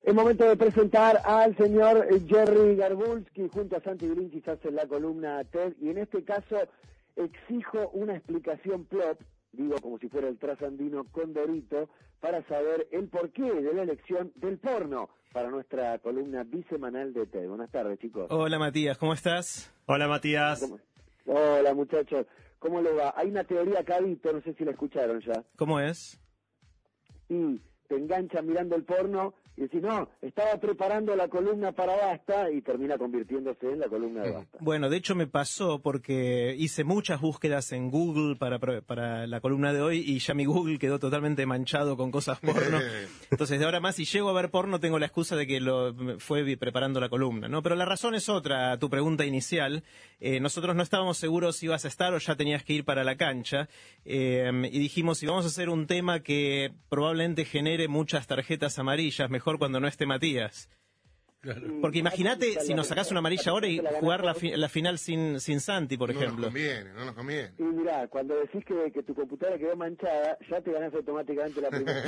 Es momento de presentar al señor Jerry Garbulski junto a Santi Grinchis hace la columna TED y en este caso exijo una explicación plop, digo como si fuera el trasandino Condorito, para saber el porqué de la elección del porno para nuestra columna bisemanal de TED. Buenas tardes, chicos. Hola, Matías, ¿cómo estás? Hola, Matías. Hola, muchachos. ¿Cómo le va? Hay una teoría acá, Vito, no sé si la escucharon ya. ¿Cómo es? Y te enganchan mirando el porno y decís, no, estaba preparando la columna para Basta y termina convirtiéndose en la columna de Basta. Bueno, de hecho me pasó porque hice muchas búsquedas en Google para la columna de hoy y ya mi Google quedó totalmente manchado con cosas porno. Entonces de ahora más, si llego a ver porno, tengo la excusa de que fue preparando la columna, ¿no? Pero la razón es otra, a tu pregunta inicial. Nosotros no estábamos seguros si ibas a estar o ya tenías que ir para la cancha. Y dijimos, si vamos a hacer un tema que probablemente genere muchas tarjetas amarillas, mejor cuando no esté Matías. Claro. Porque imagínate si nos sacás una amarilla ahora y jugar la final sin Santi, por ejemplo. No nos conviene. Y mirá, cuando decís que tu computadora quedó manchada, ya te ganás automáticamente la primera.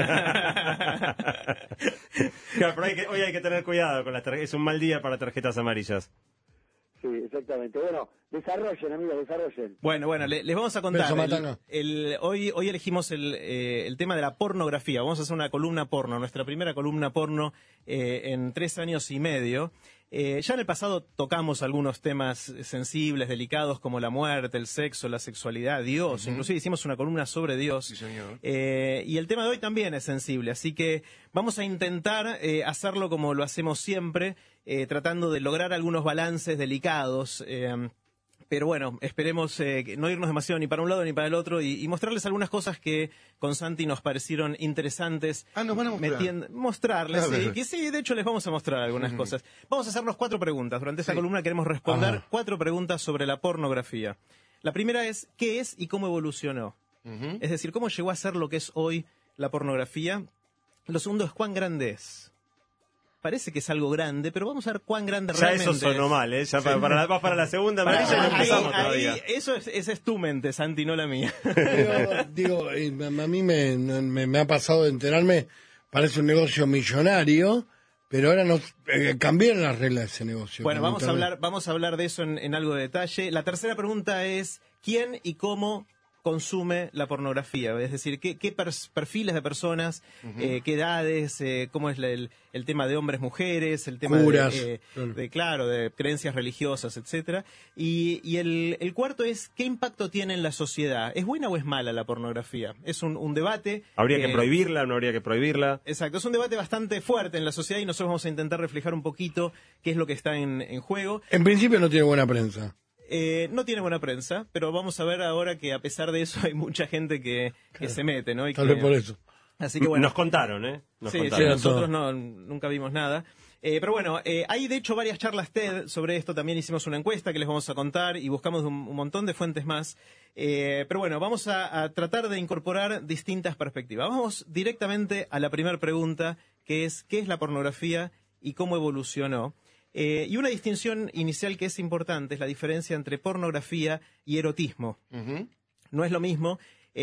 Claro, pero hoy hay que tener cuidado con las tarjetas. Es un mal día para tarjetas amarillas. Sí, exactamente. Bueno, desarrollen, amigos, desarrollen. Bueno, les vamos a contar. Beso, Matano. Hoy elegimos el tema de la pornografía. Vamos a hacer una columna porno, nuestra primera columna porno en 3 años y medio. Ya en el pasado tocamos algunos temas sensibles, delicados, como la muerte, el sexo, la sexualidad, Dios. Inclusive hicimos una columna sobre Dios. Sí, señor. Y el tema de hoy también es sensible, así que vamos a intentar hacerlo como lo hacemos siempre, tratando de lograr algunos balances delicados. Pero bueno, esperemos no irnos demasiado ni para un lado ni para el otro y mostrarles algunas cosas que con Santi nos parecieron interesantes. Ah, ¿nos van a mostrar? Mostrarles, A ver. sí, que sí, de hecho les vamos a mostrar algunas cosas. Vamos a hacernos 4 preguntas. Durante esta columna queremos responder 4 preguntas sobre la pornografía. La primera es, ¿qué es y cómo evolucionó? Es decir, ¿cómo llegó a ser lo que es hoy la pornografía? Lo segundo es, ¿cuán grande es? Parece que es algo grande, pero vamos a ver cuán grande Ya realmente eso sonó es. mal, ¿eh? Ya vas para la segunda amarilla y no empezamos todavía. Esa es tu mente, Santi, no la mía. Digo, a mí me ha pasado de enterarme, parece un negocio millonario, pero ahora cambiaron las reglas de ese negocio. Bueno, vamos a hablar de eso en algo de detalle. La tercera pregunta es, ¿quién y cómo consume la pornografía? Es decir, ¿qué perfiles de personas, qué edades, cómo es el tema de hombres, mujeres, el tema curas, de creencias religiosas, etcétera. Y el cuarto es, ¿qué impacto tiene en la sociedad? ¿Es buena o es mala la pornografía? Es un debate. ¿Habría que prohibirla o no habría que prohibirla? Exacto, es un debate bastante fuerte en la sociedad y nosotros vamos a intentar reflejar un poquito qué es lo que está en juego. En principio no tiene buena prensa. No tiene buena prensa, pero vamos a ver ahora que a pesar de eso hay mucha gente que se mete, ¿no? Tal vez por eso. Así que bueno. Nos contaron, ¿eh? Sí, contaron. nosotros nunca vimos nada. Pero bueno, hay de hecho varias charlas TED sobre esto. También hicimos una encuesta que les vamos a contar y buscamos un montón de fuentes más. Pero bueno, vamos a tratar de incorporar distintas perspectivas. Vamos directamente a la primera pregunta, que es, ¿qué es la pornografía y cómo evolucionó? Y una distinción inicial que es importante es la diferencia entre pornografía y erotismo. No es lo mismo.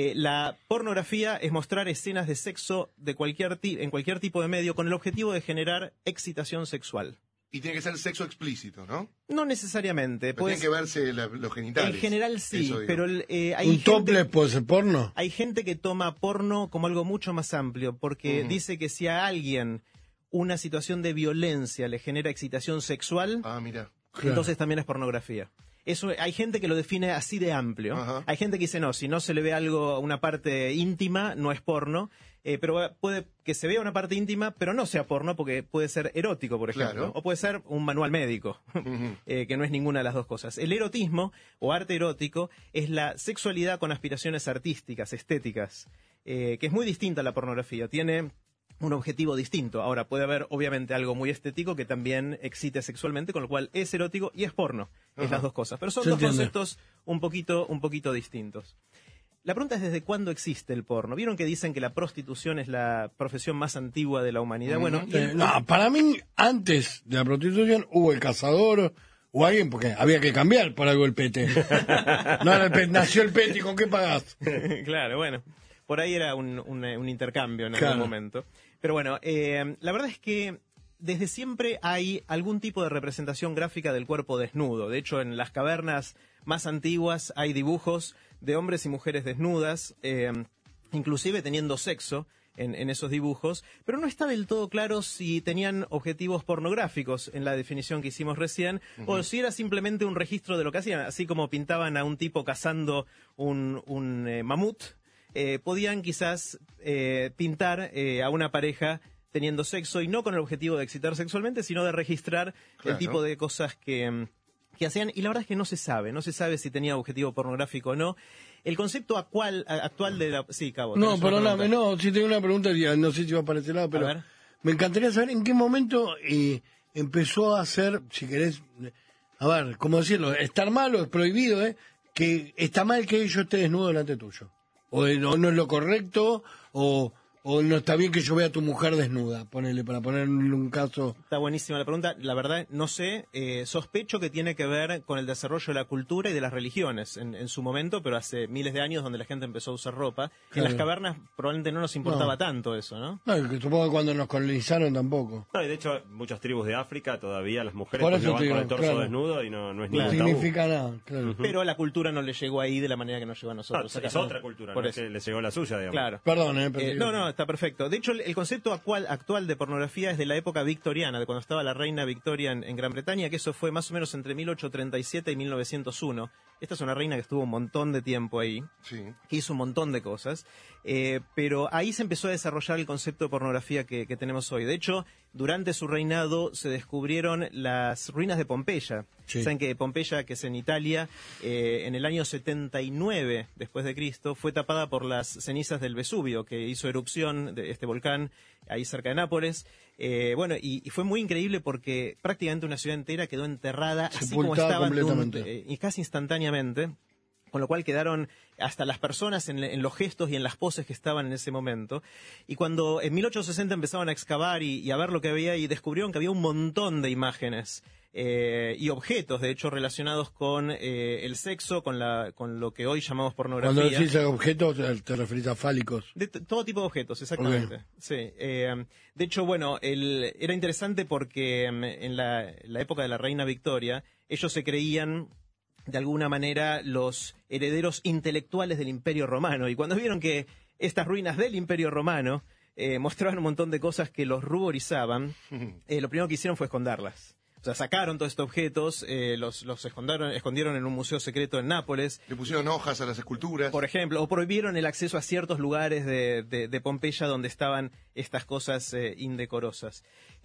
La pornografía es mostrar escenas de sexo en cualquier tipo de medio con el objetivo de generar excitación sexual. Y tiene que ser sexo explícito, ¿no? No necesariamente. Pero tiene que verse los genitales. En general sí, pero hay ¿Un topless puede ser porno? Hay gente que toma porno como algo mucho más amplio, porque dice que si a alguien una situación de violencia le genera excitación sexual, mira. Entonces también es pornografía. Eso, hay gente que lo define así de amplio. Hay gente que dice, no, si no se le ve algo, una parte íntima, no es porno. Pero puede que se vea una parte íntima, pero no sea porno, porque puede ser erótico, por ejemplo. Claro. O puede ser un manual médico, que no es ninguna de las dos cosas. El erotismo, o arte erótico, es la sexualidad con aspiraciones artísticas, estéticas, que es muy distinta a la pornografía. Tiene un objetivo distinto. Ahora, puede haber obviamente algo muy estético que también excite sexualmente, con lo cual es erótico y es porno. Es las dos cosas. Pero son dos conceptos un poquito distintos. La pregunta es, ¿desde cuándo existe el porno? ¿Vieron que dicen que la prostitución es la profesión más antigua de la humanidad? Bueno, para mí, antes de la prostitución hubo el cazador o alguien, porque había que cambiar por algo el pete. No era el pete, nació el pete, ¿y con qué pagás? Claro, bueno. Por ahí era un intercambio en algún momento. Pero bueno, la verdad es que desde siempre hay algún tipo de representación gráfica del cuerpo desnudo. De hecho, en las cavernas más antiguas hay dibujos de hombres y mujeres desnudas, inclusive teniendo sexo en esos dibujos, pero no está del todo claro si tenían objetivos pornográficos en la definición que hicimos recién, o si era simplemente un registro de lo que hacían, así como pintaban a un tipo cazando un mamut, podían quizás pintar a una pareja teniendo sexo, y no con el objetivo de excitar sexualmente, sino de registrar el tipo de cosas que hacían, y la verdad es que no se sabe si tenía objetivo pornográfico o no. El concepto actual de la... Sí, Cabo. No, perdóname, si tengo una pregunta, no sé si va para ese lado, pero me encantaría saber en qué momento empezó a hacer, si querés, a ver, ¿cómo decirlo? Estar mal o es prohibido, que está mal que yo esté desnudo delante tuyo. O no es lo correcto, o no está bien que yo vea a tu mujer desnuda, ponele, para ponerle un caso. Está buenísima la pregunta. La verdad, no sé. Sospecho que tiene que ver con el desarrollo de la cultura y de las religiones en su momento, pero hace miles de años, donde la gente empezó a usar ropa. Claro. En las cavernas probablemente no nos importaba tanto eso, ¿no? No, que supongo que cuando nos colonizaron tampoco. No, y de hecho, muchas tribus de África todavía las mujeres no van con el torso desnudo y no es ningún tabú. No significa nada, claro. Pero la cultura no le llegó ahí de la manera que nos llegó a nosotros. Es otra cultura, no es que le llegó la suya, digamos. Claro. Perdón, no, está perfecto. De hecho, el concepto actual de pornografía es de la época victoriana, de cuando estaba la reina Victoria en Gran Bretaña, que eso fue más o menos entre 1837 y 1901. Esta es una reina que estuvo un montón de tiempo ahí, que hizo un montón de cosas, pero ahí se empezó a desarrollar el concepto de pornografía que tenemos hoy. De hecho, durante su reinado se descubrieron las ruinas de Pompeya. Saben que Pompeya, que es en Italia, en el año 79 después de Cristo, fue tapada por las cenizas del Vesubio, que hizo erupción de este volcán ahí cerca de Nápoles. Y fue muy increíble porque prácticamente una ciudad entera quedó enterrada así como estaba, y casi instantáneamente. Con lo cual quedaron hasta las personas en los gestos y en las poses que estaban en ese momento. Y cuando en 1860 empezaban a excavar y a ver lo que había, y descubrieron que había un montón de imágenes y objetos, de hecho, relacionados con el sexo, con lo que hoy llamamos pornografía. Cuando decís objetos, te referís a fálicos. De todo tipo de objetos, exactamente. Okay. Sí. De hecho, era interesante porque en la época de la reina Victoria, ellos se creían de alguna manera los herederos intelectuales del Imperio Romano, y cuando vieron que estas ruinas del Imperio Romano mostraban un montón de cosas que los ruborizaban, lo primero que hicieron fue esconderlas. O sea, sacaron todos estos objetos, los escondieron en un museo secreto en Nápoles. Le pusieron hojas a las esculturas. Por ejemplo, o prohibieron el acceso a ciertos lugares de Pompeya donde estaban estas cosas indecorosas.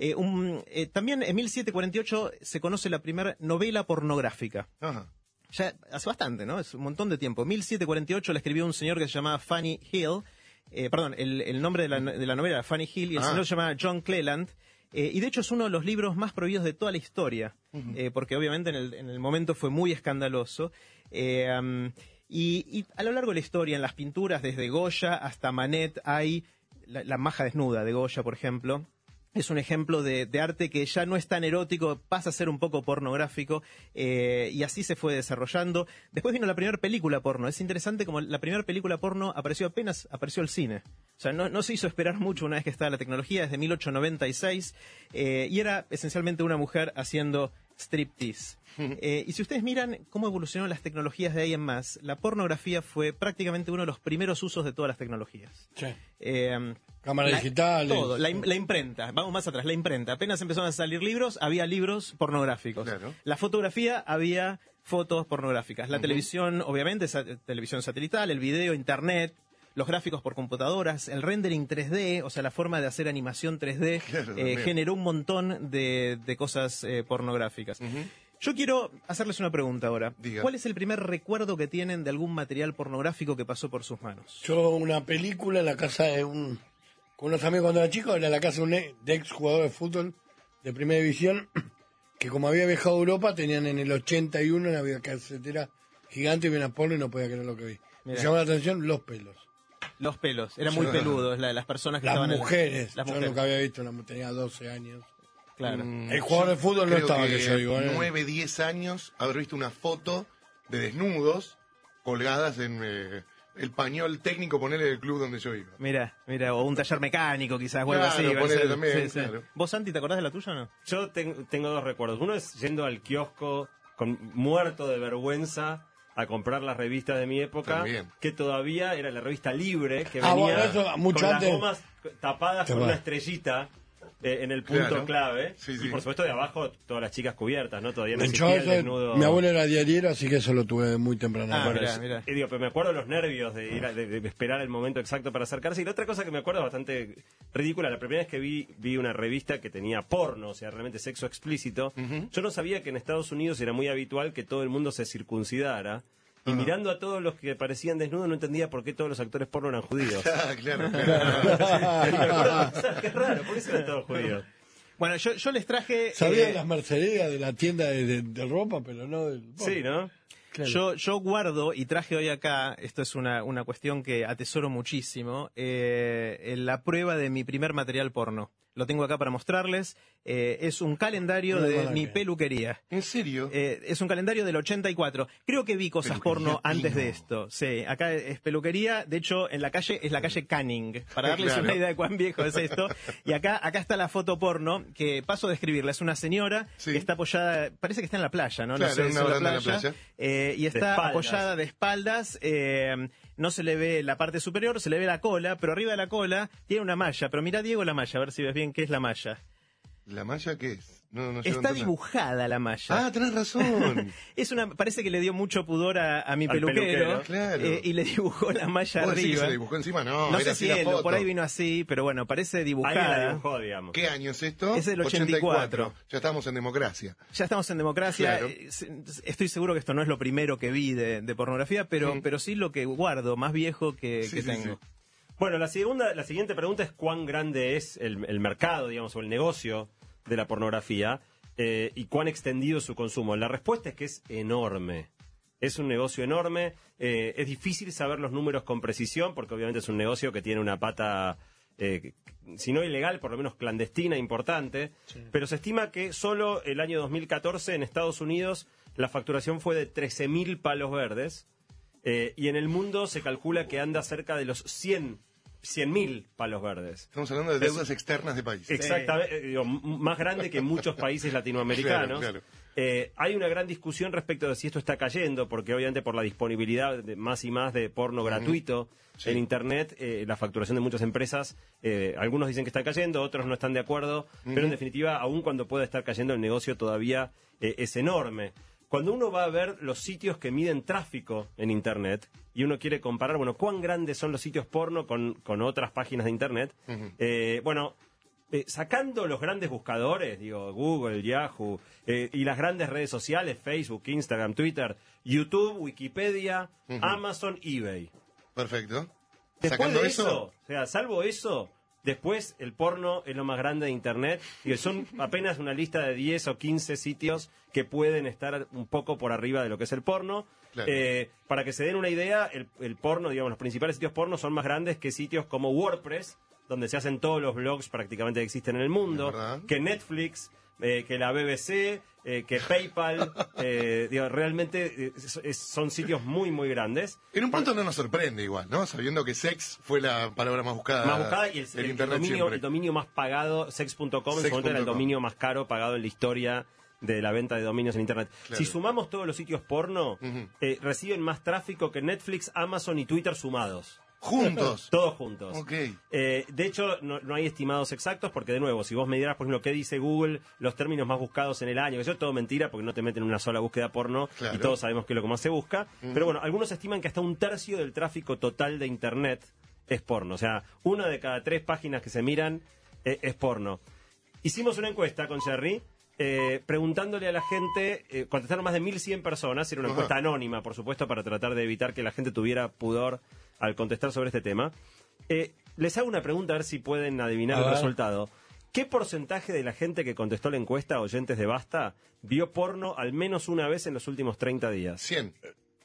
También en 1748 se conoce la primera novela pornográfica. Ajá. Ya hace bastante, ¿no? Es un montón de tiempo. 1748 la escribió un señor que se llamaba Fanny Hill. El nombre de la novela era Fanny Hill, y el señor se llamaba John Cleland. Y de hecho es uno de los libros más prohibidos de toda la historia, porque obviamente en el momento fue muy escandaloso. Y a lo largo de la historia, en las pinturas, desde Goya hasta Manet, hay la maja desnuda de Goya, por ejemplo. Es un ejemplo de arte que ya no es tan erótico, pasa a ser un poco pornográfico, y así se fue desarrollando. Después vino la primera película porno. Es interesante como la primera película porno apenas apareció el cine. O sea, no se hizo esperar mucho una vez que estaba la tecnología, desde 1896, y era esencialmente una mujer haciendo striptease. Y si ustedes miran cómo evolucionaron las tecnologías de ahí en más, la pornografía fue prácticamente uno de los primeros usos de todas las tecnologías. Sí. Cámara digital. Todo, la imprenta. Vamos más atrás, la imprenta. Apenas empezaron a salir libros, había libros pornográficos. Claro. La fotografía, había fotos pornográficas. La televisión, obviamente, televisión satelital, el video, internet, los gráficos por computadoras, el rendering 3D, o sea, la forma de hacer animación 3D, generó un montón de cosas pornográficas. Yo quiero hacerles una pregunta ahora. Diga. ¿Cuál es el primer recuerdo que tienen de algún material pornográfico que pasó por sus manos? Yo, una película en la casa de con unos amigos cuando era chico, era la casa de un ex jugador de fútbol de primera división, que como había viajado a Europa, tenían en el 81 una casetera gigante y vi una porno y no podía creer lo que vi. Me llamó la atención los pelos. Los pelos, eran muy peludos las personas que estaban mujeres. Yo nunca había visto, tenía 12 años. Claro. El jugador de fútbol no estaba, que yo digo. 9, 10 años, haber visto una foto de desnudos colgadas en el pañol técnico, ponerle del club donde yo iba. Mira, o un taller mecánico quizás, o algo Claro, así. ponele también, Sí. claro. ¿Vos, Santi, te acordás de la tuya o no? Yo tengo dos recuerdos. Uno es yendo al kiosco muerto de vergüenza a comprar las revistas de mi época, También. que todavía era la revista Libre, que Ah, venía bueno, eso mucho con antes. las gomas tapadas con una estrellita en el punto Claro. clave, Sí, sí. y por supuesto de abajo todas las chicas cubiertas, ¿no? Todavía no Yo existía el eso- desnudo. mi abuelo era diariero, así que eso lo tuve muy temprano. Ah, Bueno, mirá. digo, pero me acuerdo los nervios de ir de esperar el momento exacto para acercarse. Y la otra cosa que me acuerdo bastante ridícula, la primera vez que vi una revista que tenía porno, o sea, realmente sexo explícito, yo no sabía que en Estados Unidos era muy habitual que todo el mundo se circuncidara. Y mirando a todos los que parecían desnudos no entendía por qué todos los actores porno eran judíos. Ah, claro. Y me acuerdo pensar, qué raro, ¿por qué eran todos judíos? Bueno, yo les traje... Sabía de las mercerías, de la tienda de ropa, pero no del... Sí, ¿no? Claro. Yo guardo y traje hoy acá, esto es una cuestión que atesoro muchísimo, la prueba de mi primer material porno. Lo tengo acá para mostrarles. Es un calendario Muy de buena mi que- peluquería. ¿En serio? Es un calendario del 84. Creo que vi cosas Peluquería porno antes de Pino. esto. Sí, acá es peluquería. De hecho, en la calle es la calle Canning, para darles Claro. una idea de cuán viejo es esto. Y acá está la foto porno, que paso a describirla. Es una señora Sí. que está apoyada, parece que está en la playa, ¿no? Claro, No sé en si una es baranda en la playa. y está espaldas. apoyada de espaldas. No se le ve la parte superior, se le ve la cola, pero arriba de la cola tiene una malla. Pero mira, Diego, la malla, a ver si ves bien qué es la malla. ¿La malla qué es? No llego a Está entender. dibujada la malla. Ah, tenés razón. Parece que le dio mucho pudor a mi Al peluquero, claro. y le dibujó la malla ¿Vos decís que arriba. se la dibujó encima? No, No era sé así si la él, foto. por ahí vino así, pero bueno, parece Alguien la dibujada. dibujó, digamos. ¿Qué año es esto? Es del 84. Ya estamos en democracia. Ya estamos en democracia. Claro. Estoy seguro que esto no es lo primero que vi de pornografía, pero sí lo que guardo, más viejo que Sí, sí, tengo. sí. Bueno, la siguiente pregunta es cuán grande es el mercado, digamos, o el negocio de la pornografía y cuán extendido es su consumo. La respuesta es que es enorme. Es un negocio enorme. Es difícil saber los números con precisión porque obviamente es un negocio que tiene una pata, si no ilegal, por lo menos clandestina, importante. Pero se estima que solo el año 2014 en Estados Unidos la facturación fue de 13.000 palos verdes. Y en el mundo se calcula que anda cerca de los 100.000 palos verdes. Estamos hablando de deudas externas de países. Exactamente, digo, más grande que muchos países latinoamericanos. Claro. Hay una gran discusión respecto de si esto está cayendo, porque obviamente por la disponibilidad de más y más de porno gratuito Sí. en Internet, la facturación de muchas empresas, algunos dicen que está cayendo, otros no están de acuerdo, pero en definitiva, aun cuando pueda estar cayendo, el negocio todavía es enorme. Cuando uno va a ver los sitios que miden tráfico en Internet y uno quiere comparar, bueno, cuán grandes son los sitios porno con otras páginas de Internet, sacando los grandes buscadores, digo, Google, Yahoo, y las grandes redes sociales, Facebook, Instagram, Twitter, YouTube, Wikipedia, Amazon, eBay. Perfecto. Después Sacando de eso, eso, o sea, salvo eso, después el porno es lo más grande de Internet. Y son apenas una lista de 10 o 15 sitios que pueden estar un poco por arriba de lo que es el porno. Claro. Para que se den una idea, el porno, digamos, los principales sitios porno son más grandes que sitios como WordPress, donde se hacen todos los blogs prácticamente que existen en el mundo, Es verdad. que Netflix, que la BBC, que PayPal. Realmente son sitios muy, muy grandes. en un punto no nos sorprende igual, ¿no? Sabiendo que sex fue la palabra más buscada. Más buscada y en internet siempre. el dominio más pagado, sex.com, en su momento era el Sex.com. dominio más caro pagado en la historia de la venta de dominios en Internet. Claro. Si sumamos todos los sitios porno, Ujú. reciben más tráfico que Netflix, Amazon y Twitter sumados. Juntos. Todos juntos. Ok. De hecho, no hay estimados exactos porque, de nuevo, si vos me dieras, por ejemplo, qué dice Google, los términos más buscados en el año, que eso es todo mentira porque no te meten en una sola búsqueda porno Claro. y todos sabemos que es lo que más se busca. Pero bueno, algunos estiman que hasta un tercio del tráfico total de Internet es porno. O sea, una de cada 3 páginas que se miran es porno. Hicimos una encuesta con Jerry preguntándole a la gente, contestaron más de 1.100 personas, era una Ajá. encuesta anónima, por supuesto, para tratar de evitar que la gente tuviera pudor al contestar sobre este tema. Les hago una pregunta a ver si pueden adivinar A el ver. resultado. ¿Qué porcentaje de la gente que contestó la encuesta, oyentes de Basta, vio porno al menos una vez en los últimos 30 días? 100.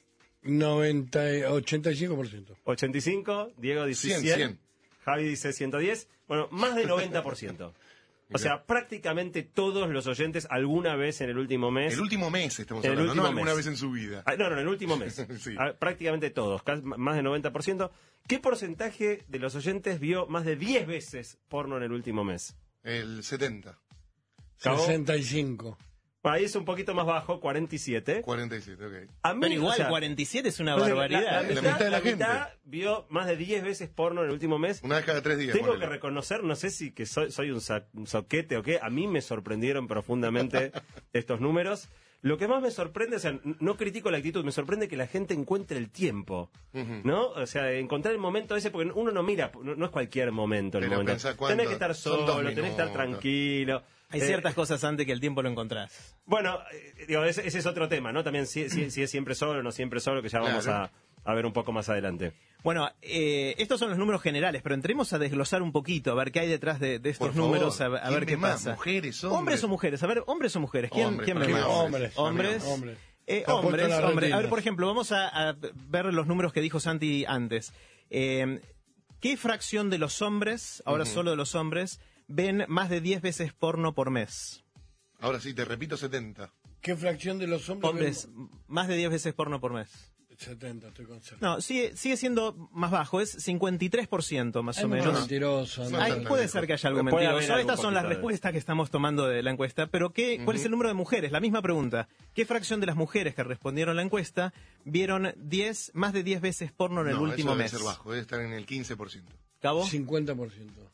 85%. 85, Diego dice 100, 100, 100. Javi dice 110, bueno, más del 90%. O sea, prácticamente todos los oyentes alguna vez en el último mes... El último mes estamos El hablando, último no alguna mes. vez en su vida. No, en el último mes. Sí. Prácticamente todos, más del 90%. ¿Qué porcentaje de los oyentes vio más de 10 veces porno en el último mes? El 70. ¿Cabo? 65. Ahí es un poquito más bajo, 47. 47, ok. A mí, Pero igual, o sea, 47 es una entonces, barbaridad. La mitad de la gente. vio más de 10 veces porno en el último mes. Una vez cada 3 días. Tengo ponele. que reconocer, no sé si que soy un soquete o qué, a mí me sorprendieron profundamente estos números. Lo que más me sorprende, o sea, no critico la actitud, me sorprende que la gente encuentre el tiempo, ¿no? O sea, encontrar el momento ese, porque uno no mira, no es cualquier momento. Pero pensá cuánto, Tenés que estar son solo, 2 tenés que estar minutos. tranquilo. Hay ciertas cosas antes que el tiempo lo encontrás. Bueno, digo, ese es otro tema, ¿no? También si es siempre solo o no siempre solo, que ya vamos Claro. a ver un poco más adelante. Bueno, estos son los números generales, pero entremos a desglosar un poquito, a ver qué hay detrás de estos Por favor, números, a ¿quién ver ve qué más? pasa. ¿Mujeres, hombres? o mujeres? A ver, hombres o mujeres. ¿Quién, Hombres, ¿quién ve para mí más? hombres. Hombres. Hombres. Hombres, Te apuesto las hombres. A ver, retinas. por ejemplo, vamos a ver los números que dijo Santi antes. ¿Qué fracción de los hombres, ahora solo de los hombres, ven más de 10 veces porno por mes? Ahora sí, te repito, 70. ¿Qué fracción de los hombres? Hombres, más de 10 veces porno por mes. 70, estoy con certeza. No, sigue siendo más bajo, es 53% más o menos. Mentiroso. No, Puede lejos. ser que haya algo Puede haber mentiroso. algún Estas son las poquito de- respuestas que estamos tomando de la encuesta. Pero ¿cuál es el número de mujeres? La misma pregunta. ¿Qué fracción de las mujeres que respondieron la encuesta vieron más de 10 veces porno en el No, último eso debe mes? ser bajo, debe estar en el 15%. ¿Cabo? 50%.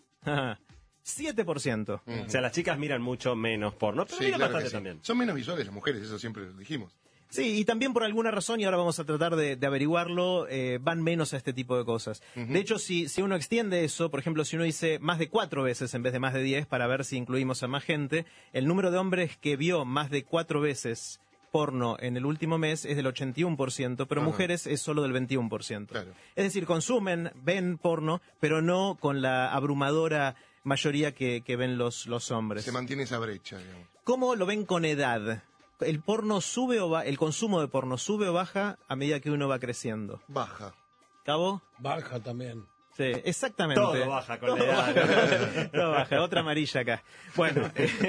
7%. O sea, las chicas miran mucho menos porno, pero miran claro bastante que sí. también. Son menos visuales las mujeres, eso siempre lo dijimos. Sí, y también por alguna razón, y ahora vamos a tratar de averiguarlo, van menos a este tipo de cosas. De hecho, si uno extiende eso, por ejemplo, si uno dice más de 4 veces en vez de más de 10, para ver si incluimos a más gente, el número de hombres que vio más de 4 veces porno en el último mes es del 81%, pero Ajá. mujeres es solo del 21%. Claro. Es decir, ven porno, pero no con la abrumadora mayoría que ven los hombres. Se mantiene esa brecha, digamos. ¿Cómo lo ven con edad? ¿El porno sube el consumo de porno sube o baja a medida que uno va creciendo? Baja. ¿Cabo? Baja también. Sí, exactamente. Todo baja con la Todo edad. baja. Todo baja, otra amarilla acá. Bueno,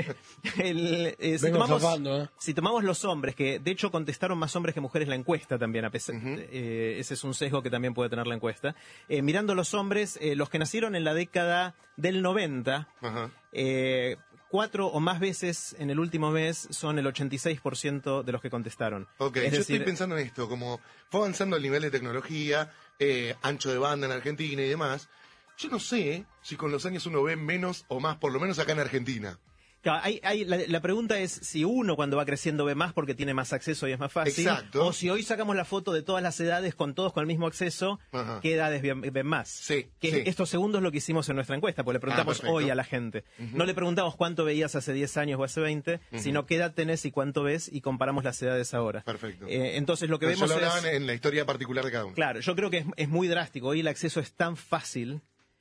Vengo zafando, ¿eh? si tomamos los hombres, que de hecho contestaron más hombres que mujeres la encuesta también, ese es un sesgo que también puede tener la encuesta. Mirando los hombres, los que nacieron en la década del 90, Ajá. 4 o más veces en el último mes son el 86% de los que contestaron. Ok, Es yo decir, estoy pensando en esto, como fue avanzando el nivel de tecnología, ancho de banda en Argentina y demás. Yo no sé si con los años uno ve menos o más, por lo menos acá en Argentina. claro, la pregunta es si uno cuando va creciendo ve más porque tiene más acceso y es más fácil. Exacto. O si hoy sacamos la foto de todas las edades con todos con el mismo acceso, Ajá. ¿qué edades ven más? Sí, Que sí. estos segundos lo que hicimos en nuestra encuesta, porque le preguntamos perfecto. hoy a la gente. No le preguntamos cuánto veías hace 10 años o hace 20, sino qué edad tenés y cuánto ves y comparamos las edades ahora. Perfecto. Entonces lo que Pero vemos yo lo es... hablaban en la historia particular de cada uno. Claro, yo creo que es muy drástico. Hoy el acceso es tan fácil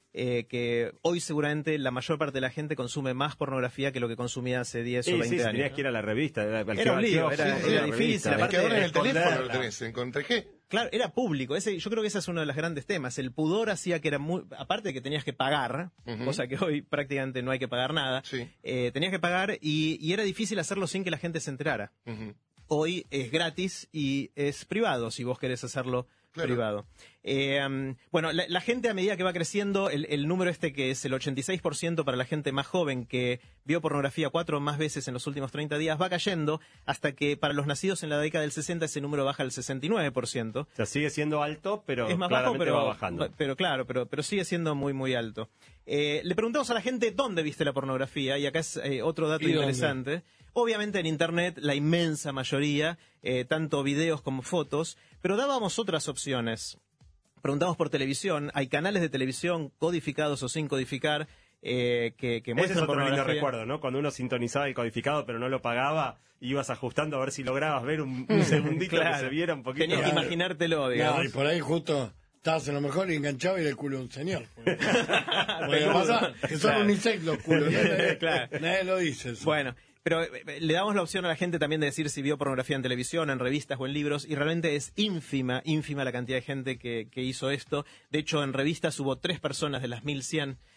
que hoy seguramente la mayor parte de la gente consume más pornografía que lo que consumía hace 10 o 20 Sí, años. tenías que ir a la revista. Era un lío, era difícil, Es aparte que ahora en el teléfono lo esconderla. tenés, en G. Claro, era público. Yo creo que ese es uno de los grandes temas. El pudor hacía que era muy... Aparte de que tenías que pagar, cosa que hoy prácticamente no hay que pagar nada, Sí. tenías que pagar y era difícil hacerlo sin que la gente se enterara. Ujú. Hoy es gratis y es privado si vos querés hacerlo Claro. privado. Bueno, la gente a medida que va creciendo, el número que es el 86% para la gente más joven que vio pornografía 4 o más veces en los últimos 30 días, va cayendo hasta que para los nacidos en la década del 60 ese número baja al 69%. O sea, sigue siendo alto, pero Es más bajo, claramente va bajando. pero sigue siendo muy, muy alto. Le preguntamos a la gente dónde viste la pornografía, y acá es otro dato ¿Y dónde? interesante. Obviamente en Internet, la inmensa mayoría, tanto videos como fotos, pero dábamos otras opciones. Preguntamos por televisión, hay canales de televisión codificados o sin codificar que Ese es muestran otro lindo pornografía. recuerdo, ¿no? Cuando uno sintonizaba el codificado pero no lo pagaba, ibas ajustando a ver si lograbas ver un segundito Claro. que se viera un poquito. Tenías que Claro. imaginártelo, digamos. No, y por ahí justo estabas en lo mejor y enganchaba y era el culo de un señor. Porque pasa que son Claro. unisex los culos. Nadie, Claro. nadie lo dice eso. Bueno, pero le damos la opción a la gente también de decir si vio pornografía en televisión, en revistas o en libros, y realmente es ínfima la cantidad de gente que hizo esto. De hecho, en revistas hubo 3 personas de las 1100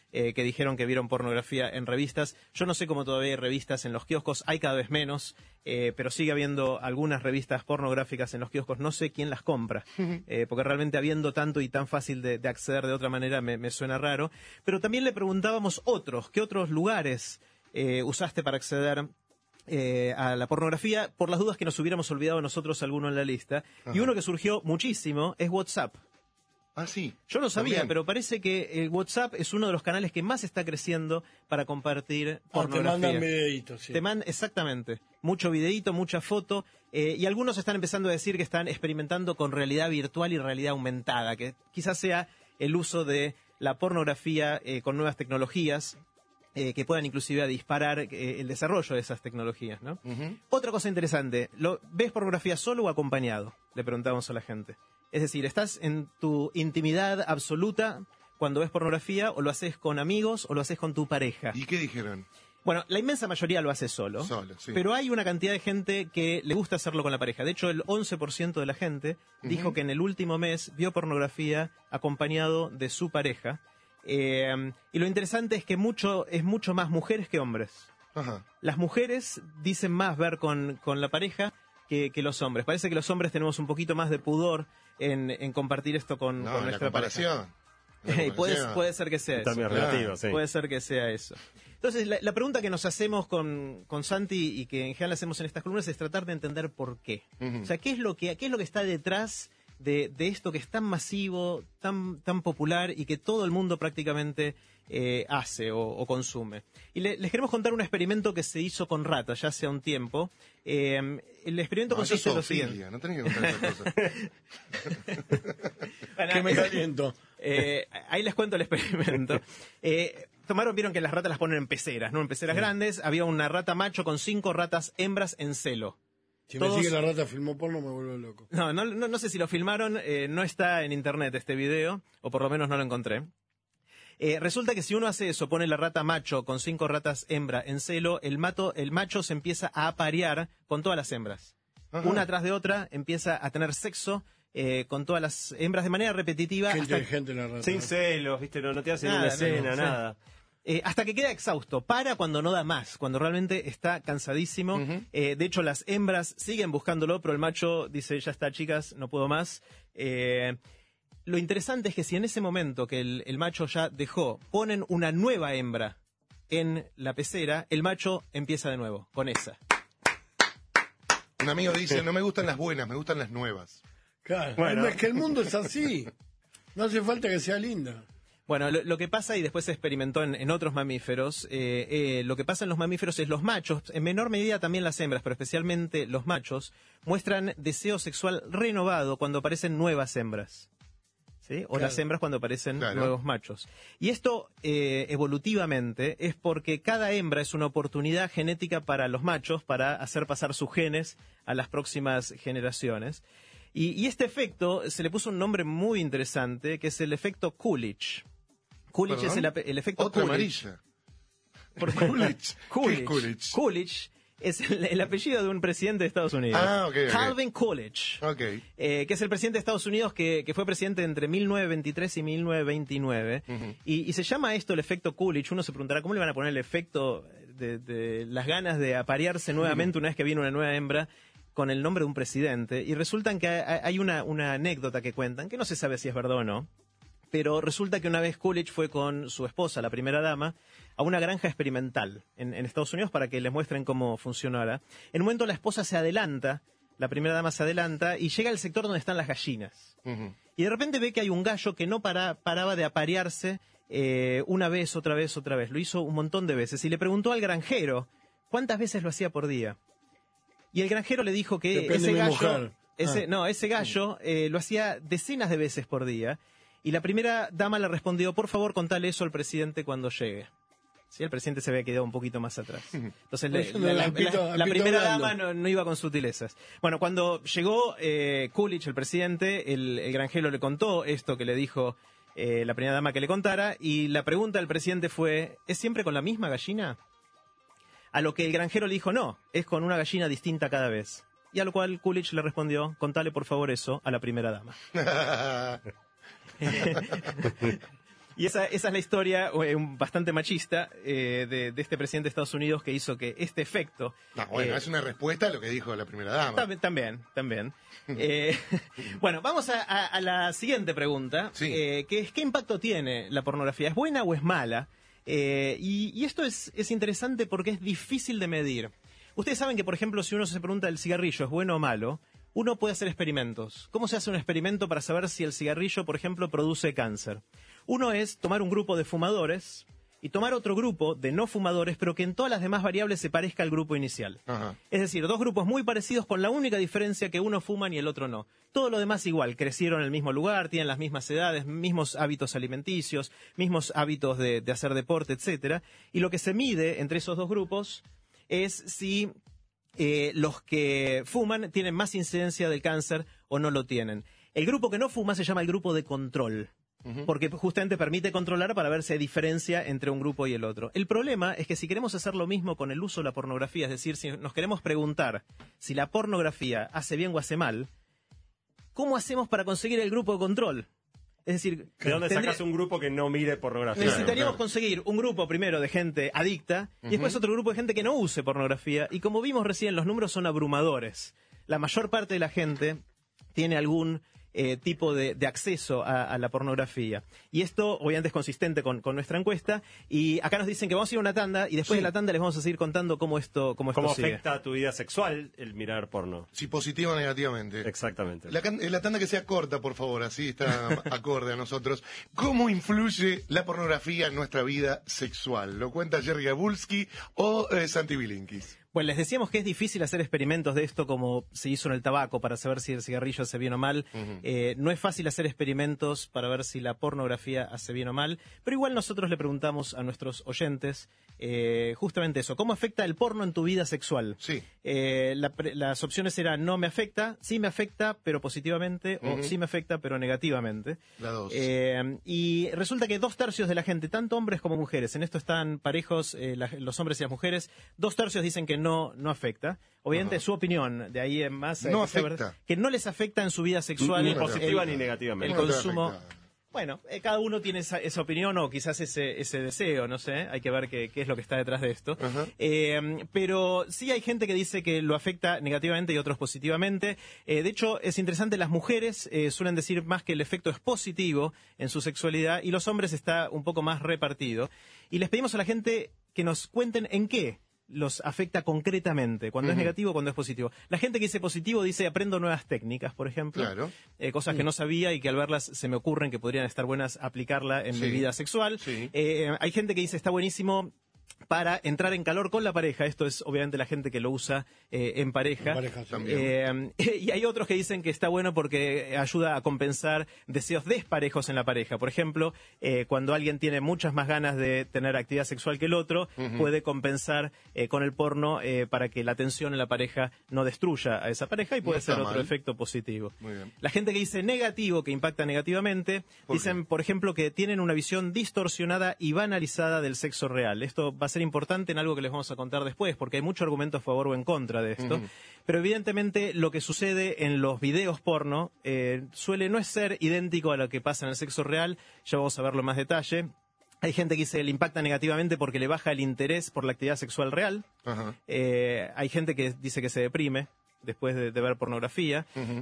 que dijeron que vieron pornografía en revistas. Yo no sé cómo todavía hay revistas en los kioscos, hay cada vez menos, pero sigue habiendo algunas revistas pornográficas en los kioscos. No sé quién las compra, porque realmente habiendo tanto y tan fácil de acceder de otra manera me suena raro. Pero también le preguntábamos ¿qué otros lugares usaste para acceder a la pornografía? Por las dudas que nos hubiéramos olvidado nosotros alguno en la lista. Ajá. Y uno que surgió muchísimo es WhatsApp. Ah, sí. Yo no sabía, También. pero parece que el WhatsApp es uno de los canales que más está creciendo para compartir pornografía. Te mandan videitos, sí. Exactamente. Mucho videíto, mucha foto. Y algunos están empezando a decir que están experimentando con realidad virtual y realidad aumentada, que quizás sea el uso de la pornografía con nuevas tecnologías que puedan inclusive disparar el desarrollo de esas tecnologías, ¿no? Otra cosa interesante, ¿ves pornografía solo o acompañado? Le preguntamos a la gente. Es decir, ¿estás en tu intimidad absoluta cuando ves pornografía o lo haces con amigos o lo haces con tu pareja? ¿Y qué dijeron? Bueno, la inmensa mayoría lo hace solo, sí. Pero hay una cantidad de gente que le gusta hacerlo con la pareja. De hecho, el 11% de la gente dijo que en el último mes vio pornografía acompañado de su pareja. Y lo interesante es que es mucho más mujeres que hombres. Ajá. Las mujeres dicen más ver con la pareja que los hombres. Parece que los hombres tenemos un poquito más de pudor en compartir esto con nuestra pareja. Puede ser que sea eso. También relativo, sí. Puede ser que sea eso. Entonces, la pregunta que nos hacemos con Santi y que en general hacemos en estas columnas es tratar de entender por qué. O sea, ¿qué es lo que está detrás de esto que es tan masivo, tan popular y que todo el mundo prácticamente hace o consume? Y les queremos contar un experimento que se hizo con ratas ya hace un tiempo. El experimento consiste en lo siguiente. No tenés que contar esas cosas. Bueno, que me caliento. Ahí les cuento el experimento. Vieron que las ratas las ponen en peceras, ¿no? En peceras grandes. Había una rata macho con 5 ratas hembras en celo. Si me sigue la rata filmó porno, me vuelvo loco. No sé si lo filmaron, no está en internet este video, o por lo menos no lo encontré. Resulta que si uno hace eso, pone la rata macho con 5 ratas hembra en celo, el macho se empieza a aparear con todas las hembras. Ajá. Una tras de otra empieza a tener sexo con todas las hembras de manera repetitiva. Qué inteligente la rata. Sin celos, ¿viste? No te hace ninguna escena, nada. Hasta que queda exhausto, para cuando no da más, cuando realmente está cansadísimo. De hecho, las hembras siguen buscándolo, pero el macho dice, ya está, chicas, no puedo más. Lo interesante es que si en ese momento que el macho ya dejó, ponen una nueva hembra en la pecera, el macho empieza de nuevo, con esa. Un amigo dice, no me gustan las buenas, me gustan las nuevas. Claro, bueno. Es que el mundo es así. No hace falta que sea linda. Bueno, lo que pasa, y después se experimentó en otros mamíferos, lo que pasa en los mamíferos es los machos, en menor medida también las hembras, pero especialmente los machos, muestran deseo sexual renovado cuando aparecen nuevas hembras. ¿Sí? O las hembras cuando aparecen nuevos machos. Y esto, evolutivamente, es porque cada hembra es una oportunidad genética para los machos para hacer pasar sus genes a las próximas generaciones. Y este efecto se le puso un nombre muy interesante, que es el efecto Coolidge. Coolidge es el efecto Otra Coolidge. amarilla. ¿Por qué? Coolidge. Coolidge. ¿Qué es Coolidge? Coolidge es el apellido de un presidente de Estados Unidos. Okay. Calvin Coolidge. Okay. Que es el presidente de Estados Unidos que fue presidente entre 1923 y 1929. Y se llama esto el efecto Coolidge. Uno se preguntará, ¿cómo le van a poner el efecto de las ganas de aparearse nuevamente una vez que viene una nueva hembra con el nombre de un presidente? Y resulta que hay una anécdota que cuentan, que no se sabe si es verdad o no, pero resulta que una vez Coolidge fue con su esposa, la primera dama, a una granja experimental en Estados Unidos para que les muestren cómo funcionara. En un momento la esposa se adelanta, la primera dama se adelanta y llega al sector donde están las gallinas. Y de repente ve que hay un gallo que no paraba de aparearse una vez, otra vez, otra vez. Lo hizo un montón de veces y le preguntó al granjero cuántas veces lo hacía por día. Y el granjero le dijo que ese gallo lo hacía decenas de veces por día. Y la primera dama le respondió, por favor, contale eso al presidente cuando llegue. Sí, el presidente se había quedado un poquito más atrás. Entonces la primera dama no iba con sutilezas. Bueno, cuando llegó Coolidge, el presidente, el granjero le contó esto que le dijo la primera dama que le contara, y la pregunta del presidente fue, ¿es siempre con la misma gallina? A lo que el granjero le dijo, no, es con una gallina distinta cada vez. Y a lo cual Coolidge le respondió, contale por favor eso a la primera dama. Y esa es la historia bastante machista de este presidente de Estados Unidos que hizo que este efecto... No, bueno, es una respuesta a lo que dijo la primera dama. También. Bueno, vamos a la siguiente pregunta, Sí. que es ¿qué impacto tiene la pornografía? ¿Es buena o es mala? Y esto es interesante porque es difícil de medir. Ustedes saben que, por ejemplo, si uno se pregunta el cigarrillo es bueno o malo, uno puede hacer experimentos. ¿Cómo se hace un experimento para saber si el cigarrillo, por ejemplo, produce cáncer? Uno es tomar un grupo de fumadores y tomar otro grupo de no fumadores, pero que en todas las demás variables se parezca al grupo inicial. Ajá. Es decir, dos grupos muy parecidos con la única diferencia que uno fuma y el otro no. Todo lo demás igual, crecieron en el mismo lugar, tienen las mismas edades, mismos hábitos alimenticios, mismos hábitos de hacer deporte, etcétera. Y lo que se mide entre esos dos grupos es si los que fuman tienen más incidencia del cáncer o no lo tienen. El grupo que no fuma se llama el grupo de control, porque justamente permite controlar para ver si hay diferencia entre un grupo y el otro. El problema es que si queremos hacer lo mismo con el uso de la pornografía, es decir, si nos queremos preguntar si la pornografía hace bien o hace mal, ¿cómo hacemos para conseguir el grupo de control? Es decir, ¿de dónde sacas un grupo que no mire pornografía? Necesitaríamos conseguir un grupo primero de gente adicta y después otro grupo de gente que no use pornografía. Y como vimos recién, los números son abrumadores. La mayor parte de la gente tiene algún tipo de acceso a la pornografía. Y esto obviamente es consistente con nuestra encuesta. Y acá nos dicen que vamos a ir a una tanda y después de la tanda les vamos a seguir contando cómo esto ¿Cómo sigue. afecta a tu vida sexual el mirar porno? Si positivo o negativamente. Exactamente. La tanda que sea corta, por favor, así está acorde a nosotros. ¿Cómo influye la pornografía en nuestra vida sexual? ¿Lo cuenta Jerry Garbulski o Santi Bilinkis? Bueno, les decíamos que es difícil hacer experimentos de esto como se hizo en el tabaco para saber si el cigarrillo hace bien o mal. No es fácil hacer experimentos para ver si la pornografía hace bien o mal, pero igual nosotros le preguntamos a nuestros oyentes justamente eso. ¿Cómo afecta el porno en tu vida sexual? Sí. Las opciones eran no me afecta, sí me afecta, pero positivamente, o sí me afecta, pero negativamente. La dos. Y resulta que 2/3 de la gente, tanto hombres como mujeres, en esto están parejos los hombres y las mujeres, 2/3 dicen que no afecta. Obviamente es su opinión, de ahí en más No afecta. que no les afecta en su vida sexual. Ni positiva ni negativamente. El ¿Cómo te consumo. afecta? Bueno, cada uno tiene esa opinión o quizás ese deseo, no sé, hay que ver qué es lo que está detrás de esto. Pero sí hay gente que dice que lo afecta negativamente y otros positivamente. De hecho, es interesante, las mujeres suelen decir más que el efecto es positivo en su sexualidad y los hombres está un poco más repartido. Y les pedimos a la gente que nos cuenten en qué los afecta concretamente, cuando es negativo, cuando es positivo. La gente que dice positivo dice aprendo nuevas técnicas, por ejemplo, Claro. Cosas que no sabía y que al verlas se me ocurren que podrían estar buenas aplicarla en mi vida sexual. Sí. Hay gente que dice está buenísimo para entrar en calor con la pareja. Esto es obviamente la gente que lo usa en pareja. En pareja, sí. También. Y hay otros que dicen que está bueno porque ayuda a compensar deseos desparejos en la pareja. Por ejemplo, cuando alguien tiene muchas más ganas de tener actividad sexual que el otro, puede compensar con el porno para que la tensión en la pareja no destruya a esa pareja y puede No está ser otro mal. efecto positivo. Muy bien. La gente que dice negativo, que impacta negativamente, dicen, por ejemplo, que tienen una visión distorsionada y banalizada del sexo real. Esto va a ser importante en algo que les vamos a contar después, porque hay mucho argumento a favor o en contra de esto. Pero evidentemente lo que sucede en los videos porno suele no ser idéntico a lo que pasa en el sexo real. Ya vamos a verlo en más detalle. Hay gente que dice que le impacta negativamente porque le baja el interés por la actividad sexual real. Ajá. Hay gente que dice que se deprime después de ver pornografía.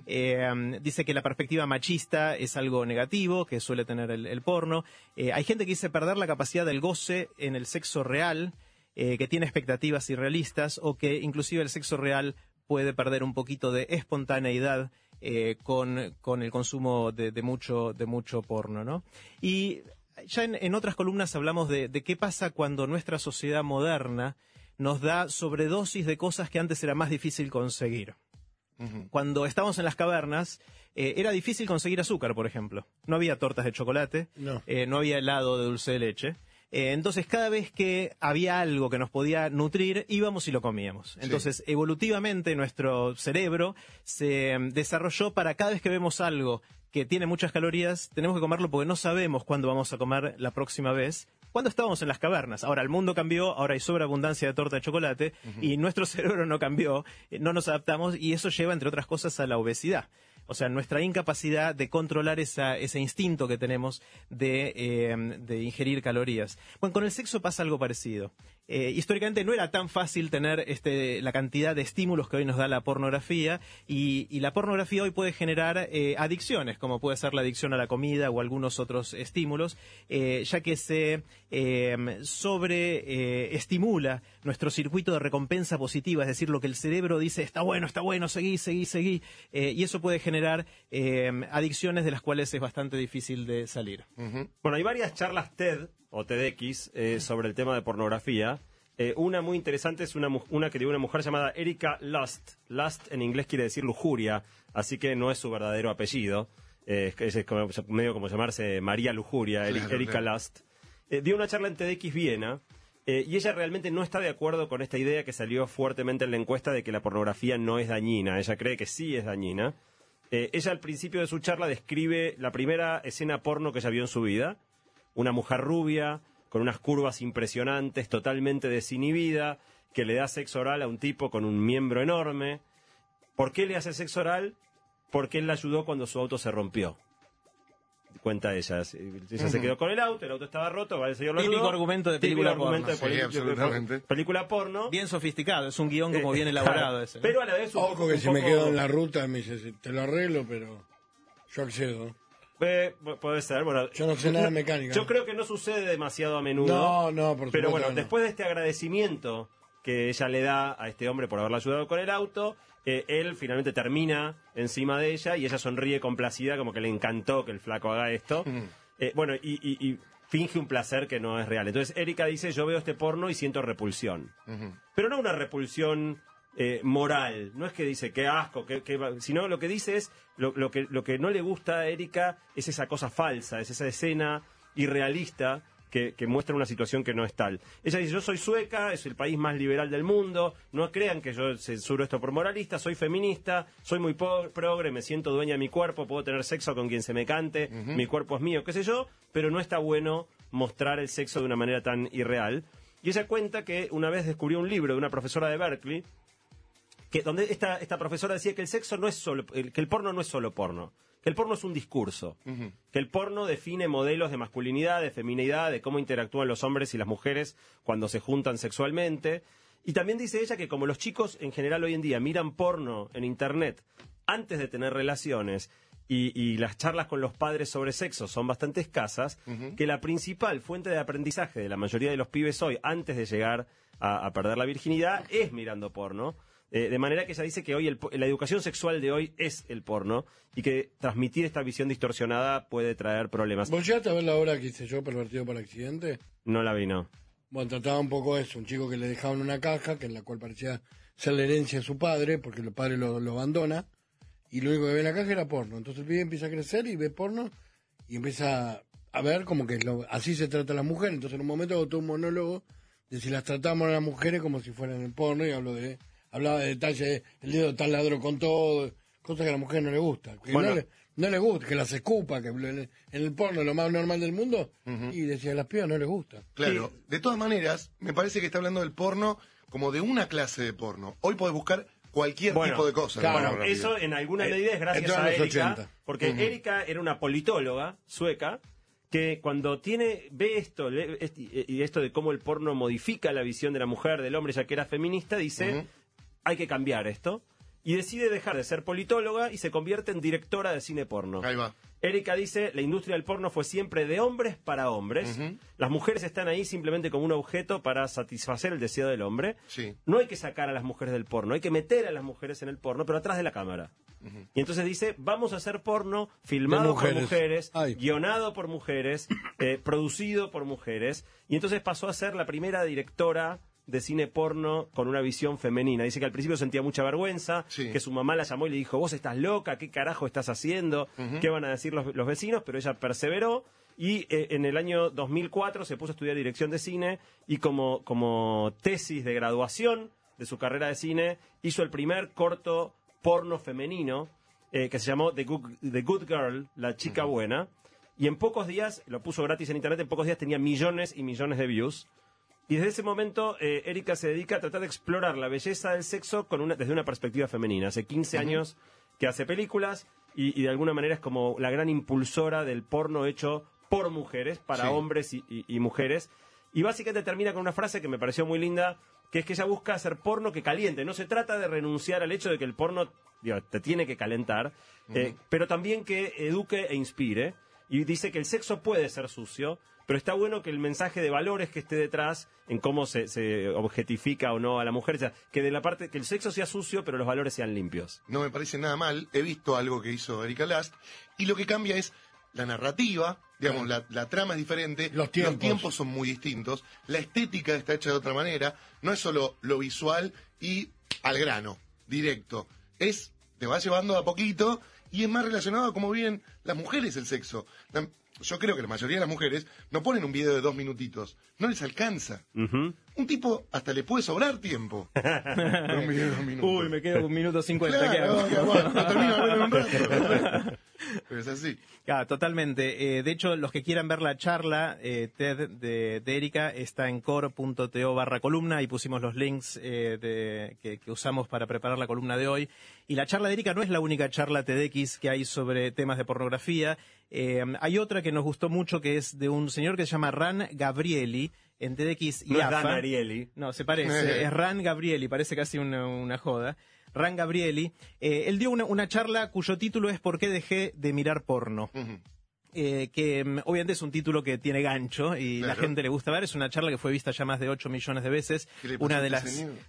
Dice que la perspectiva machista es algo negativo que suele tener el porno. Hay gente que dice perder la capacidad del goce en el sexo real, que tiene expectativas irrealistas, o que inclusive el sexo real puede perder un poquito de espontaneidad con el consumo de mucho porno, ¿no? Y ya en otras columnas hablamos de qué pasa cuando nuestra sociedad moderna nos da sobredosis de cosas que antes era más difícil conseguir. Cuando estábamos en las cavernas, era difícil conseguir azúcar, por ejemplo. No había tortas de chocolate, no había helado de dulce de leche. Entonces, cada vez que había algo que nos podía nutrir, íbamos y lo comíamos. Entonces, evolutivamente, nuestro cerebro se desarrolló para cada vez que vemos algo que tiene muchas calorías, tenemos que comerlo porque no sabemos cuándo vamos a comer la próxima vez. Cuando estábamos en las cavernas. Ahora el mundo cambió, ahora hay sobreabundancia de torta de chocolate y nuestro cerebro no cambió, no nos adaptamos y eso lleva, entre otras cosas, a la obesidad. O sea, nuestra incapacidad de controlar ese instinto que tenemos de ingerir calorías. Bueno, con el sexo pasa algo parecido. Históricamente no era tan fácil tener la cantidad de estímulos que hoy nos da la pornografía, y la pornografía hoy puede generar adicciones, como puede ser la adicción a la comida o algunos otros estímulos, ya que se estimula nuestro circuito de recompensa positiva, es decir, lo que el cerebro dice, está bueno, seguí, y eso puede generar adicciones de las cuales es bastante difícil de salir. Bueno, hay varias charlas TED o TEDx sobre el tema de pornografía. Una muy interesante es una que dio una mujer llamada Erika Lust. Lust en inglés quiere decir lujuria, así que no es su verdadero apellido. Es medio como llamarse María Lujuria, Erika Lust. Dio una charla en TEDx Viena, y ella realmente no está de acuerdo con esta idea que salió fuertemente en la encuesta de que la pornografía no es dañina. Ella cree que sí es dañina. Ella al principio de su charla describe la primera escena porno que ella vio en su vida. Una mujer rubia, con unas curvas impresionantes, totalmente desinhibida, que le da sexo oral a un tipo con un miembro enorme. ¿Por qué le hace sexo oral? Porque él la ayudó cuando su auto se rompió. Cuenta ella. Ella se quedó con el auto estaba roto, el señor lo ayudó. Típico argumento de película porno. Sí, absolutamente. Película porno. Bien sofisticado, es un guión como bien elaborado ese, ¿no? Pero a la vez Ojo que si me quedo en la ruta me dice, te lo arreglo, pero yo accedo. Puede ser, bueno. Yo no sé nada de mecánica. Yo creo que no sucede demasiado a menudo. No, por supuesto. Pero bueno, no. después de este agradecimiento que ella le da a este hombre por haberla ayudado con el auto, él finalmente termina encima de ella y ella sonríe complacida, como que le encantó que el flaco haga esto. Bueno, y finge un placer que no es real. Entonces Erika dice, yo veo este porno y siento repulsión. Pero no una repulsión moral. No es que dice, qué asco, sino lo que dice es, lo que no le gusta a Erika es esa cosa falsa, es esa escena irrealista que muestra una situación que no es tal. Ella dice, yo soy sueca, es el país más liberal del mundo, no crean que yo censuro esto por moralista, soy feminista, soy muy progre, me siento dueña de mi cuerpo, puedo tener sexo con quien se me cante, mi cuerpo es mío, qué sé yo, pero no está bueno mostrar el sexo de una manera tan irreal. Y ella cuenta que una vez descubrió un libro de una profesora de Berkeley, donde esta profesora decía que el sexo no es solo, que el porno no es solo porno, que el porno es un discurso, que el porno define modelos de masculinidad, de feminidad, de cómo interactúan los hombres y las mujeres cuando se juntan sexualmente. Y también dice ella que como los chicos en general hoy en día miran porno en internet antes de tener relaciones y las charlas con los padres sobre sexo son bastante escasas, que la principal fuente de aprendizaje de la mayoría de los pibes hoy, antes de llegar a perder la virginidad, es mirando porno. De manera que ella dice que hoy la educación sexual de hoy es el porno y que transmitir esta visión distorsionada puede traer problemas. ¿Vos llegaste a ver la obra que hice yo, Pervertido por Accidente? No la vi, no. Bueno, trataba un poco eso, un chico que le dejaban una caja, que en la cual parecía ser la herencia de su padre, porque el padre lo abandona, y lo único que ve en la caja era porno. Entonces el pibe empieza a crecer y ve porno, y empieza a ver como que así se trata a las mujeres. Entonces en un momento agotó un monólogo de si las tratamos a las mujeres como si fueran el porno, y hablaba de detalles, el dedo tan ladro con todo, cosas que a la mujer no le gusta. Que bueno, no le gusta, que las escupa, que en el porno lo más normal del mundo, y decía, a las pibas no les gusta. Claro, sí. De todas maneras, me parece que está hablando del porno como de una clase de porno. Hoy podés buscar cualquier tipo de cosa. Claro, bueno, eso en alguna medida es gracias a Erika, porque Erika era una politóloga sueca, que cuando ve esto, y esto de cómo el porno modifica la visión de la mujer, del hombre, ya que era feminista, dice, hay que cambiar esto. Y decide dejar de ser politóloga y se convierte en directora de cine porno. Ahí va. Erika dice, la industria del porno fue siempre de hombres para hombres. Las mujeres están ahí simplemente como un objeto para satisfacer el deseo del hombre. Sí. No hay que sacar a las mujeres del porno, hay que meter a las mujeres en el porno, pero atrás de la cámara. Y entonces dice, vamos a hacer porno filmado por mujeres, guionado por mujeres, producido por mujeres. Y entonces pasó a ser la primera directora de cine porno con una visión femenina. Dice que al principio sentía mucha vergüenza, que su mamá la llamó y le dijo, vos estás loca, ¿qué carajo estás haciendo? ¿Qué van a decir los vecinos? Pero ella perseveró y en el año 2004 se puso a estudiar dirección de cine y como tesis de graduación de su carrera de cine hizo el primer corto porno femenino que se llamó The Good Girl, la chica buena, y en pocos días, lo puso gratis en internet, en pocos días tenía millones y millones de views. Y desde ese momento, Erika se dedica a tratar de explorar la belleza del sexo desde una perspectiva femenina. Hace 15 años que hace películas y de alguna manera es como la gran impulsora del porno hecho por mujeres, para hombres y mujeres. Y básicamente termina con una frase que me pareció muy linda, que es que ella busca hacer porno que caliente. No se trata de renunciar al hecho de que el porno te tiene que calentar, pero también que eduque e inspire. Y dice que el sexo puede ser sucio, pero está bueno que el mensaje de valores que esté detrás, en cómo se objetifica o no a la mujer, o sea, que de la parte que el sexo sea sucio, pero los valores sean limpios. No me parece nada mal. He visto algo que hizo Erika Last, y lo que cambia es la narrativa, digamos, la trama es diferente, los tiempos son muy distintos, la estética está hecha de otra manera, no es solo lo visual y al grano, directo, te va llevando a poquito y es más relacionado a cómo viven las mujeres el sexo. Yo creo que la mayoría de las mujeres no ponen un video de 2 minutitos, no les alcanza. Un tipo hasta le puede sobrar tiempo. Con un video de 2 minutos. Uy, me quedo 1:50. Claro, bueno, lo termino de ver en un rato. Pero es así. Claro, totalmente. De hecho, los que quieran ver la charla TED de Erika está en core.to/columna y pusimos los links que usamos para preparar la columna de hoy. Y la charla de Erika no es la única charla TEDx que hay sobre temas de pornografía. Hay otra que nos gustó mucho, que es de un señor que se llama Ran Gabrieli, en TEDx y No es AFA. Dan Ariely. No, se parece. Es Ran Gabrieli, parece casi una joda. Ran Gabrieli. Él dio una charla cuyo título es ¿Por qué dejé de mirar porno? Que obviamente es un título que tiene gancho y la gente le gusta ver. Es una charla que fue vista ya más de 8 millones de veces. Una de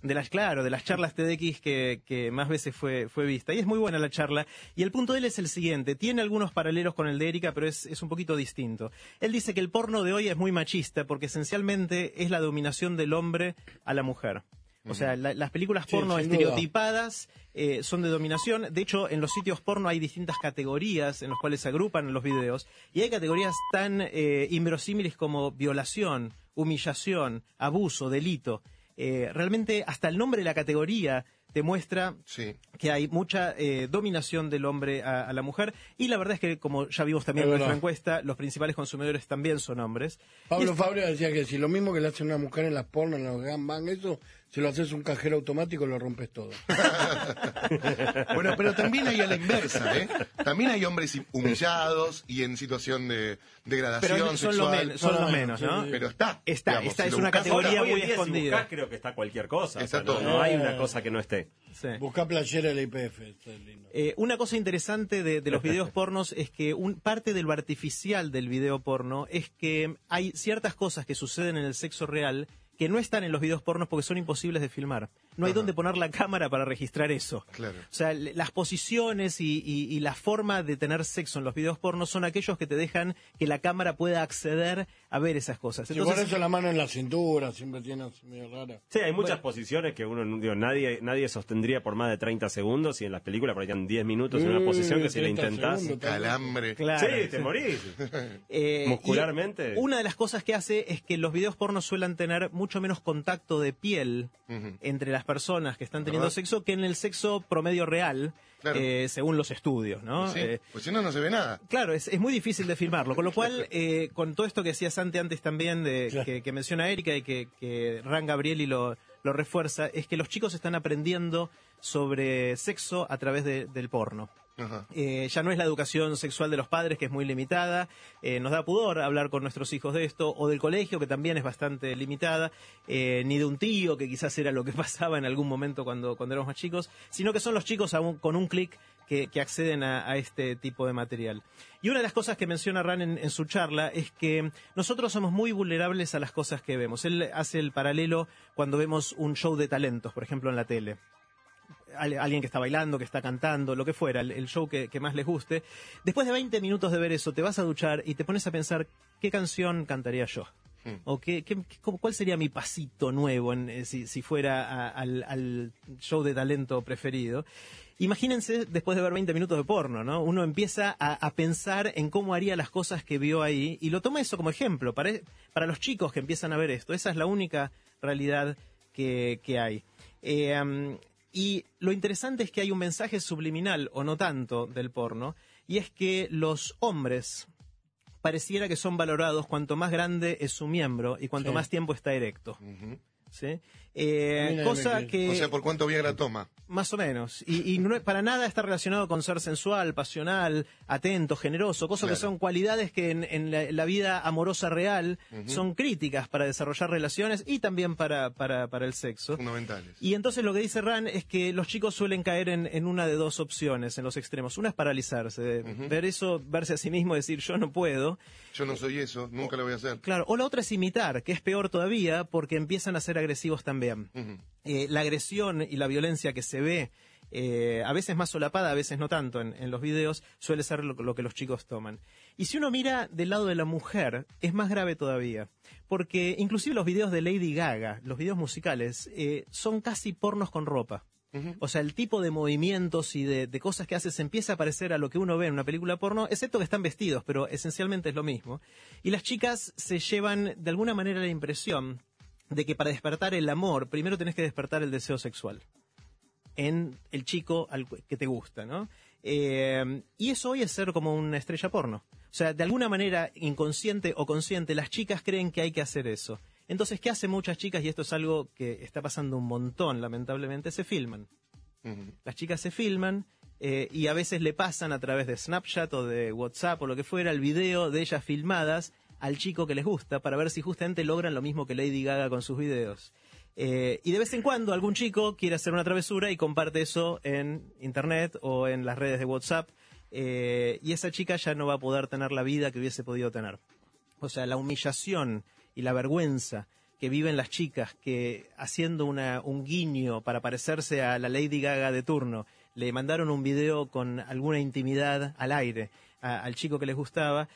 las charlas TEDx que más veces fue vista. Y es muy buena la charla. Y el punto de él es el siguiente. Tiene algunos paralelos con el de Erika, pero es un poquito distinto. Él dice que el porno de hoy es muy machista porque esencialmente es la dominación del hombre a la mujer. O sea, las películas porno estereotipadas son de dominación. De hecho, en los sitios porno hay distintas categorías en las cuales se agrupan los videos. Y hay categorías tan inverosímiles como violación, humillación, abuso, delito. Realmente, hasta el nombre de la categoría te muestra que hay mucha dominación del hombre a la mujer. Y la verdad es que, como ya vimos también en nuestra encuesta, los principales consumidores también son hombres. Pablo Fabra decía que si lo mismo que le hacen a una mujer en las porno, en los gangbang, eso, si lo haces un cajero automático, lo rompes todo. Bueno, pero también hay a la inversa, ¿eh? También hay hombres humillados y en situación de degradación pero sexual. Son los menos, ¿no? Pero Esta digamos, es una categoría muy escondida. Si buscás, creo que está cualquier cosa. Está o sea, todo. no hay una cosa que no esté. Sí. Busca playera de la IPF. Una cosa interesante de los videos pornos es que parte de lo artificial del video porno es que hay ciertas cosas que suceden en el sexo real que no están en los videos pornos porque son imposibles de filmar. No hay dónde poner la cámara para registrar eso. Claro. O sea, las posiciones y la forma de tener sexo en los videos pornos son aquellos que te dejan que la cámara pueda acceder a ver esas cosas. Entonces, por eso la mano en la cintura siempre tiene así medio rara. Sí, hay muchas posiciones que nadie sostendría por más de 30 segundos y en las películas por ahí están 10 minutos en una posición que si la intentás... Calambre. Claro, sí, te morís. Muscularmente. Una de las cosas que hace es que los videos pornos suelen tener mucho menos contacto de piel entre las personas que están teniendo sexo que en el sexo promedio real, según los estudios, ¿no? Sí, pues si no se ve nada. Claro, es muy difícil de filmarlo, con lo cual, con todo esto que decía Santi antes también, que menciona Erika y que Ran Gabrieli lo refuerza, es que los chicos están aprendiendo sobre sexo a través del porno. Ya no es la educación sexual de los padres, que es muy limitada, nos da pudor hablar con nuestros hijos de esto, o del colegio, que también es bastante limitada, ni de un tío, que quizás era lo que pasaba en algún momento cuando éramos más chicos, sino que son los chicos con un clic que acceden a este tipo de material. Y una de las cosas que menciona Ran en su charla es que nosotros somos muy vulnerables a las cosas que vemos. Él hace el paralelo cuando vemos un show de talentos, por ejemplo, en la tele. Alguien que está bailando, que está cantando, lo que fuera, el show que más les guste. Después de 20 minutos de ver eso, te vas a duchar y te pones a pensar qué canción cantaría yo. O cuál sería mi pasito nuevo si fuera al show de talento preferido. Imagínense después de ver 20 minutos de porno, ¿no? Uno empieza a pensar en cómo haría las cosas que vio ahí y lo toma eso como ejemplo. Para los chicos que empiezan a ver esto, esa es la única realidad que hay. Y lo interesante es que hay un mensaje subliminal, o no tanto, del porno, y es que los hombres pareciera que son valorados cuanto más grande es su miembro y cuanto más tiempo está erecto. ¿Sí? Cosa que... O sea, ¿por cuánto Viagra toma? Más o menos. Y no, para nada está relacionado con ser sensual, pasional, atento, generoso, cosas que son cualidades que en la vida amorosa real son críticas para desarrollar relaciones y también para el sexo. Fundamentales. Y entonces lo que dice Rand es que los chicos suelen caer en una de dos opciones, en los extremos. Una es paralizarse, ver eso, verse a sí mismo y decir, yo no puedo. Yo no soy eso, nunca lo voy a hacer. Claro, o la otra es imitar, que es peor todavía porque empiezan a ser agresivos también. La agresión y la violencia que se ve, a veces más solapada, a veces no tanto en los videos, suele ser lo que los chicos toman. Y si uno mira del lado de la mujer, es más grave todavía, porque inclusive los videos de Lady Gaga, los videos musicales, son casi pornos con ropa. O sea, el tipo de movimientos y de cosas que hace se empieza a parecer a lo que uno ve en una película porno, excepto que están vestidos, pero esencialmente es lo mismo. Y las chicas se llevan de alguna manera la impresión de que para despertar el amor, primero tenés que despertar el deseo sexual en el chico al que te gusta, ¿no? Y eso hoy es ser como una estrella porno. O sea, de alguna manera, inconsciente o consciente, las chicas creen que hay que hacer eso. Entonces, ¿qué hacen muchas chicas? Y esto es algo que está pasando un montón, lamentablemente, se filman. Las chicas se filman y a veces le pasan a través de Snapchat o de WhatsApp o lo que fuera el video de ellas filmadas al chico que les gusta para ver si justamente logran lo mismo que Lady Gaga con sus videos. Y de vez en cuando algún chico quiere hacer una travesura y comparte eso en internet o en las redes de WhatsApp y esa chica ya no va a poder tener la vida que hubiese podido tener. O sea, la humillación y la vergüenza que viven las chicas que haciendo un guiño para parecerse a la Lady Gaga de turno le mandaron un video con alguna intimidad al aire al chico que les gustaba,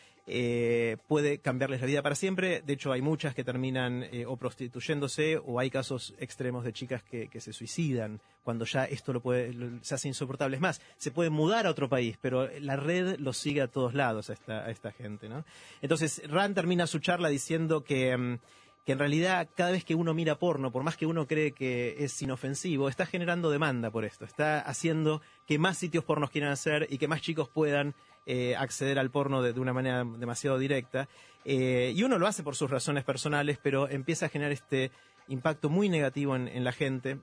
puede cambiarles la vida para siempre. De hecho, hay muchas que terminan o prostituyéndose o hay casos extremos de chicas que se suicidan cuando ya esto se hace insoportable. Es más, se puede mudar a otro país, pero la red los sigue a todos lados a esta gente, ¿no? Entonces, Rand termina su charla diciendo que en realidad cada vez que uno mira porno, por más que uno cree que es inofensivo, está generando demanda por esto, está haciendo que más sitios pornos quieran hacer y que más chicos puedan acceder al porno de una manera demasiado directa. Y uno lo hace por sus razones personales, pero empieza a generar este impacto muy negativo en la gente.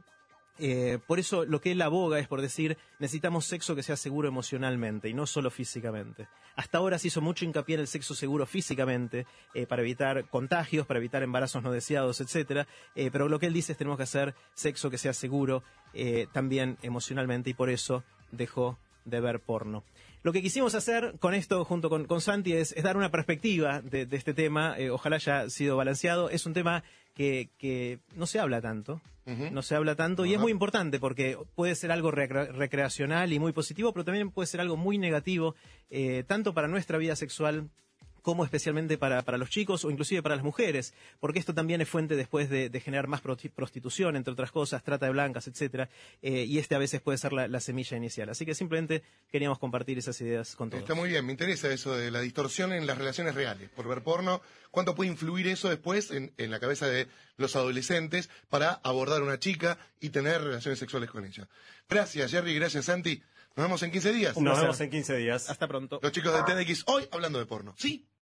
Por eso lo que él aboga es por decir, necesitamos sexo que sea seguro emocionalmente y no solo físicamente. Hasta ahora se hizo mucho hincapié en el sexo seguro físicamente para evitar contagios, para evitar embarazos no deseados, etcétera. Pero lo que él dice es tenemos que hacer sexo que sea seguro también emocionalmente y por eso dejó de ver porno. Lo que quisimos hacer con esto, junto con Santi, es dar una perspectiva de este tema. Ojalá haya sido balanceado. Es un tema que no se habla tanto. No se habla tanto y es muy importante porque puede ser algo recreacional y muy positivo, pero también puede ser algo muy negativo, tanto para nuestra vida sexual como especialmente para los chicos o inclusive para las mujeres, porque esto también es fuente después de generar más prostitución, entre otras cosas, trata de blancas, etcétera, y a veces puede ser la semilla inicial. Así que simplemente queríamos compartir esas ideas con todos. Está muy bien, me interesa eso de la distorsión en las relaciones reales, por ver porno, cuánto puede influir eso después en la cabeza de los adolescentes para abordar a una chica y tener relaciones sexuales con ella. Gracias, Jerry, gracias, Santi. Nos vemos en 15 días. Nos vemos en 15 días. Hasta pronto. Los chicos de TEDx hoy hablando de porno. ¿Sí?